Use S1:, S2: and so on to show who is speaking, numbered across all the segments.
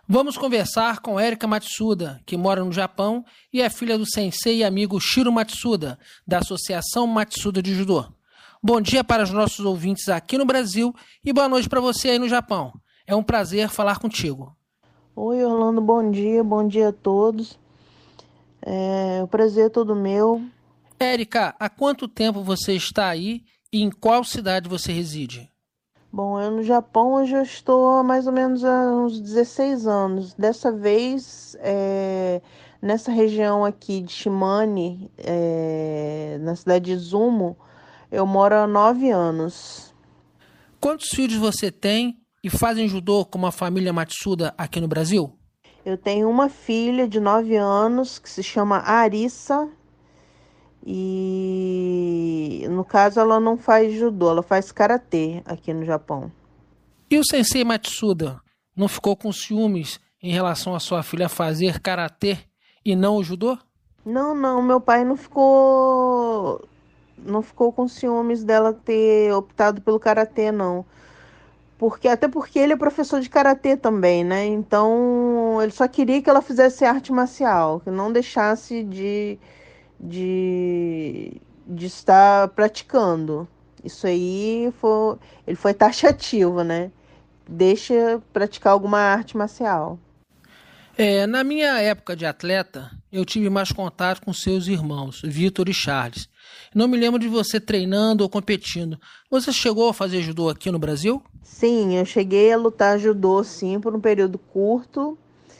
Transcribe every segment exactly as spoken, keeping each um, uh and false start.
S1: Vamos conversar com Erika Matsuda, que mora no Japão e é filha do sensei e amigo Shiro Matsuda, da Associação Matsuda de Judô. Bom dia para os nossos ouvintes aqui no Brasil e boa noite para você aí no Japão. É um prazer falar contigo.
S2: Oi, Orlando, bom dia, bom dia a todos. É, o prazer é todo meu.
S1: Erika, há quanto tempo você está aí e em qual cidade você reside?
S2: Bom, eu no Japão hoje eu estou há mais ou menos há uns dezesseis anos. Dessa vez, é, nessa região aqui de Shimane, é, na cidade de Izumo, eu moro há nove anos.
S1: Quantos filhos você tem e fazem judô com a família Matsuda aqui no Brasil?
S2: Eu tenho uma filha de nove anos que se chama Arissa. E no caso ela não faz judô, ela faz karatê aqui no Japão.
S1: E o sensei Matsuda não ficou com ciúmes em relação à sua filha fazer karatê e não o judô?
S2: Não, não, meu pai não ficou não ficou com ciúmes dela ter optado pelo karatê, não. Porque até porque ele é professor de karatê também, né? Então, ele só queria que ela fizesse arte marcial, que não deixasse de de, de estar praticando. Isso aí foi, ele foi taxativo, né? Deixa praticar alguma arte marcial.
S1: É, na minha época de atleta, eu tive mais contato com seus irmãos, Vitor e Charles. Não me lembro de você treinando ou competindo. Você chegou a fazer judô aqui no Brasil?
S2: Sim, eu cheguei a lutar judô, sim, por um período curto.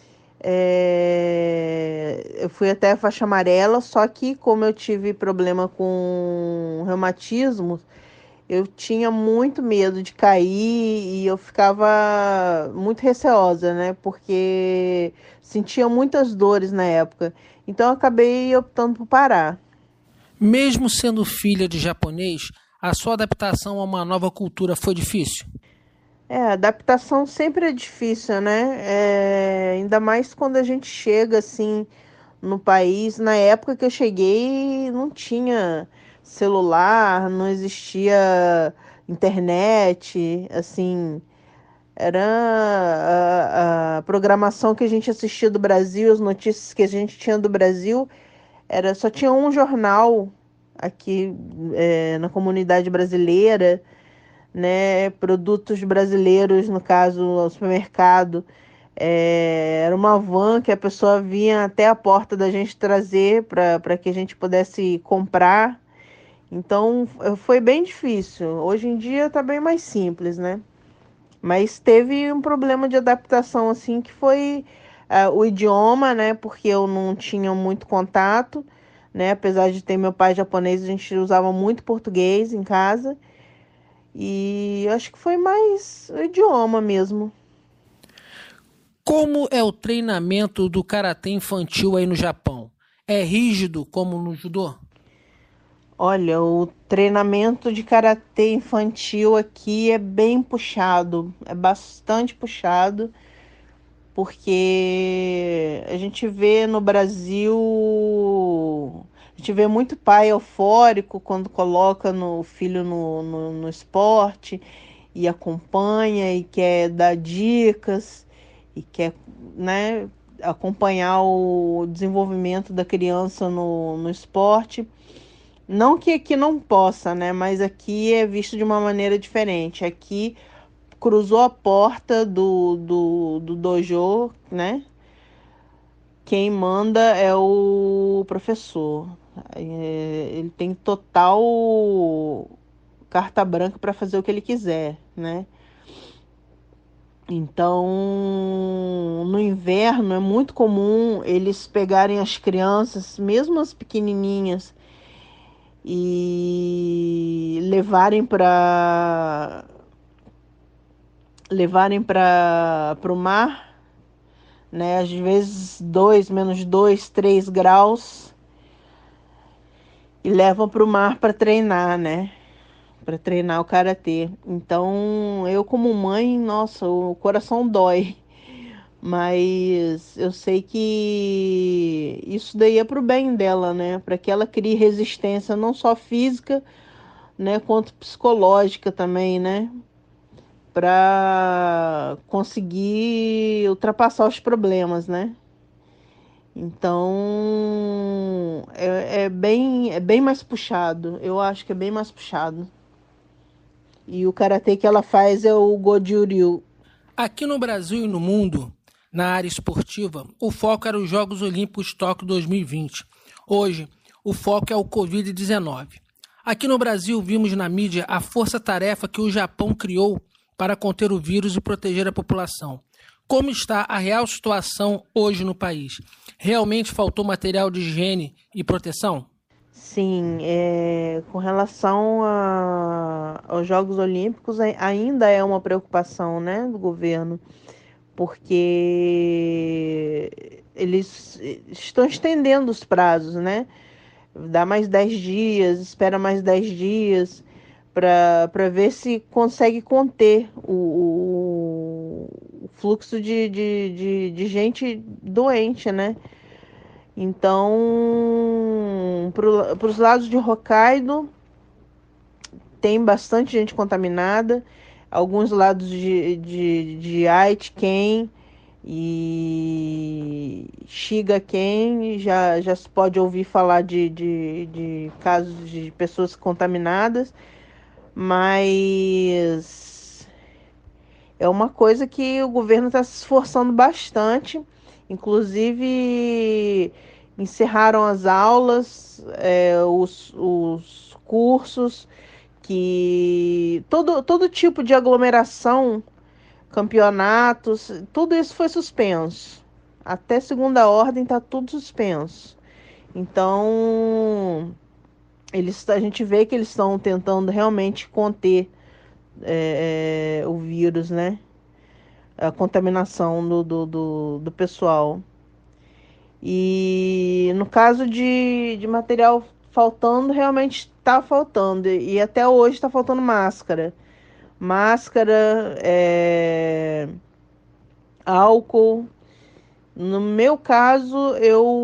S2: É, Eu fui até a faixa amarela, só que como eu tive problema com reumatismo, eu tinha muito medo de cair e eu ficava muito receosa, né? Porque sentia muitas dores na época. Então eu acabei optando por parar.
S1: Mesmo sendo filha de japonês, a sua adaptação a uma nova cultura foi difícil?
S2: É, a adaptação sempre é difícil, né? É, ainda mais quando a gente chega assim no país. Na época que eu cheguei, não tinha celular, não existia internet, assim. Era a, a programação que a gente assistia do Brasil, as notícias que a gente tinha do Brasil, era só tinha um jornal aqui é, na comunidade brasileira, né? Produtos brasileiros, no caso, no supermercado. É, era uma van que a pessoa vinha até a porta da gente trazer para que a gente pudesse comprar. Então foi bem difícil. Hoje em dia está bem mais simples, né? Mas teve um problema de adaptação, assim, que foi uh, o idioma, né? Porque eu não tinha muito contato, né? Apesar de ter meu pai japonês, a gente usava muito português em casa. E acho que foi mais o idioma mesmo.
S1: Como é o treinamento do karatê infantil aí no Japão? É rígido como no judô?
S2: Olha, o treinamento de karatê infantil aqui é bem puxado, é bastante puxado. Porque a gente vê no Brasil, a gente vê muito pai eufórico quando coloca no filho no, no, no esporte e acompanha e quer dar dicas e quer, né, acompanhar o desenvolvimento da criança no, no esporte. Não que aqui não possa, né? Mas aqui é visto de uma maneira diferente. Aqui cruzou a porta do, do, do dojo, né? Quem manda é o professor. É, ele tem total carta branca para fazer o que ele quiser, né? Então, no inverno é muito comum eles pegarem as crianças, mesmo as pequenininhas, e levarem para levarem para o mar, né? Às vezes dois, menos dois, três graus e levam para o mar para treinar, né? Para treinar o karatê. Então, eu como mãe, nossa, o coração dói. Mas eu sei que isso daí é pro bem dela, né? Para que ela crie resistência não só física, né, quanto psicológica também, né? para conseguir ultrapassar os problemas, né? Então é, é bem, é bem mais puxado. Eu acho que é bem mais puxado. E o karatê que ela faz é o Goju-ryu.
S1: Aqui no Brasil e no mundo, na área esportiva, o foco era os Jogos Olímpicos Tóquio dois mil e vinte. Hoje, o foco é o covid dezenove. Aqui no Brasil, vimos na mídia a força-tarefa que o Japão criou para conter o vírus e proteger a população. Como está a real situação hoje no país? Realmente faltou material de higiene e proteção?
S2: Sim, é, com relação a, aos Jogos Olímpicos, ainda é uma preocupação, né, do governo, porque eles estão estendendo os prazos, né? Dá mais dez dias, espera mais dez dias para ver se consegue conter o, o fluxo de, de, de, de gente doente, né? Então, para os lados de Hokkaido, tem bastante gente contaminada. Alguns lados de, de, de Aichi, Ken e Shiga-ken já, já se pode ouvir falar de, de, de casos de pessoas contaminadas, mas é uma coisa que o governo está se esforçando bastante. Inclusive, encerraram as aulas, é, os, os cursos, que todo, todo tipo de aglomeração, campeonatos, tudo isso foi suspenso. Até segunda ordem está tudo suspenso. Então, eles, a gente vê que eles estão tentando realmente conter é, é, o vírus, né? A contaminação do, do, do, do pessoal. E no caso de, de material faltando, realmente está faltando. E até hoje está faltando máscara. Máscara, é, álcool. No meu caso,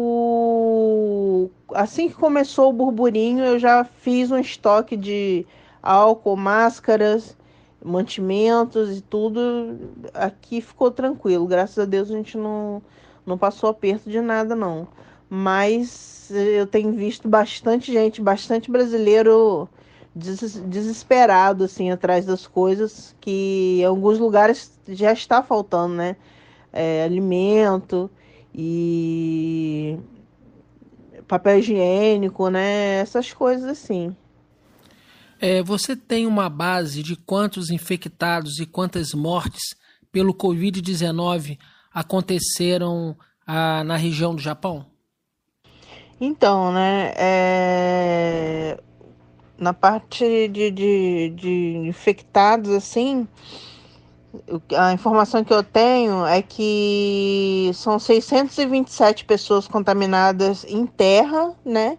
S2: eu assim que começou o burburinho, eu já fiz um estoque de álcool, máscaras, mantimentos e tudo. Aqui ficou tranquilo. Graças a Deus a gente não, não passou aperto de nada, não. Mas eu tenho visto bastante gente, bastante brasileiro des desesperado assim atrás das coisas que em alguns lugares já está faltando, né? É, alimento e papel higiênico, né? Essas coisas assim.
S1: É, você tem uma base de quantos infectados e quantas mortes pelo covid dezenove aconteceram ah, na região do Japão?
S2: Então, né? É... Na parte de, de, de infectados, assim, a informação que eu tenho é que são seiscentas e vinte e sete pessoas contaminadas em terra, né?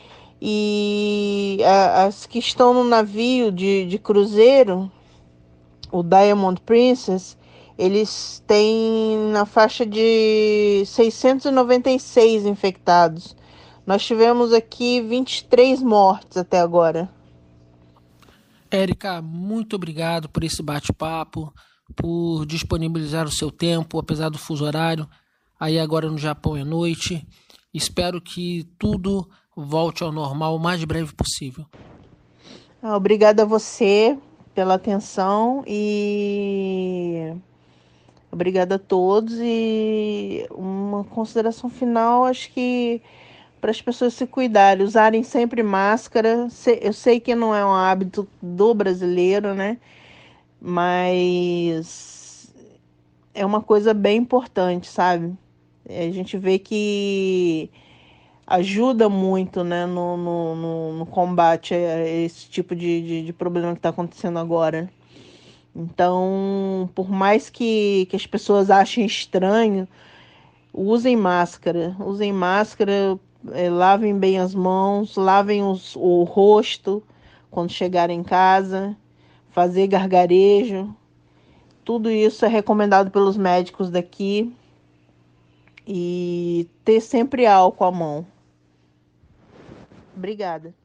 S2: E a, as que estão no navio de, de cruzeiro, o Diamond Princess, eles têm na faixa de seiscentos e noventa e seis infectados. Nós tivemos aqui vinte e três mortes até agora.
S1: Érica, muito obrigado por esse bate-papo, por disponibilizar o seu tempo, apesar do fuso horário. Aí agora no Japão é noite. Espero que tudo volte ao normal o mais breve possível.
S2: Ah, obrigada a você pela atenção e obrigada a todos. E uma consideração final, acho que para as pessoas se cuidarem, usarem sempre máscara. Eu sei que não é um hábito do brasileiro, né? Mas é uma coisa bem importante, sabe? A gente vê que ajuda muito, né, no, no, no, no combate a esse tipo de, de, de problema que está acontecendo agora. Então, por mais que, que as pessoas achem estranho, usem máscara, usem máscara, é, lavem bem as mãos, lavem os, o rosto quando chegarem em casa, fazer gargarejo. Tudo isso é recomendado pelos médicos daqui e ter sempre álcool à mão. Obrigada.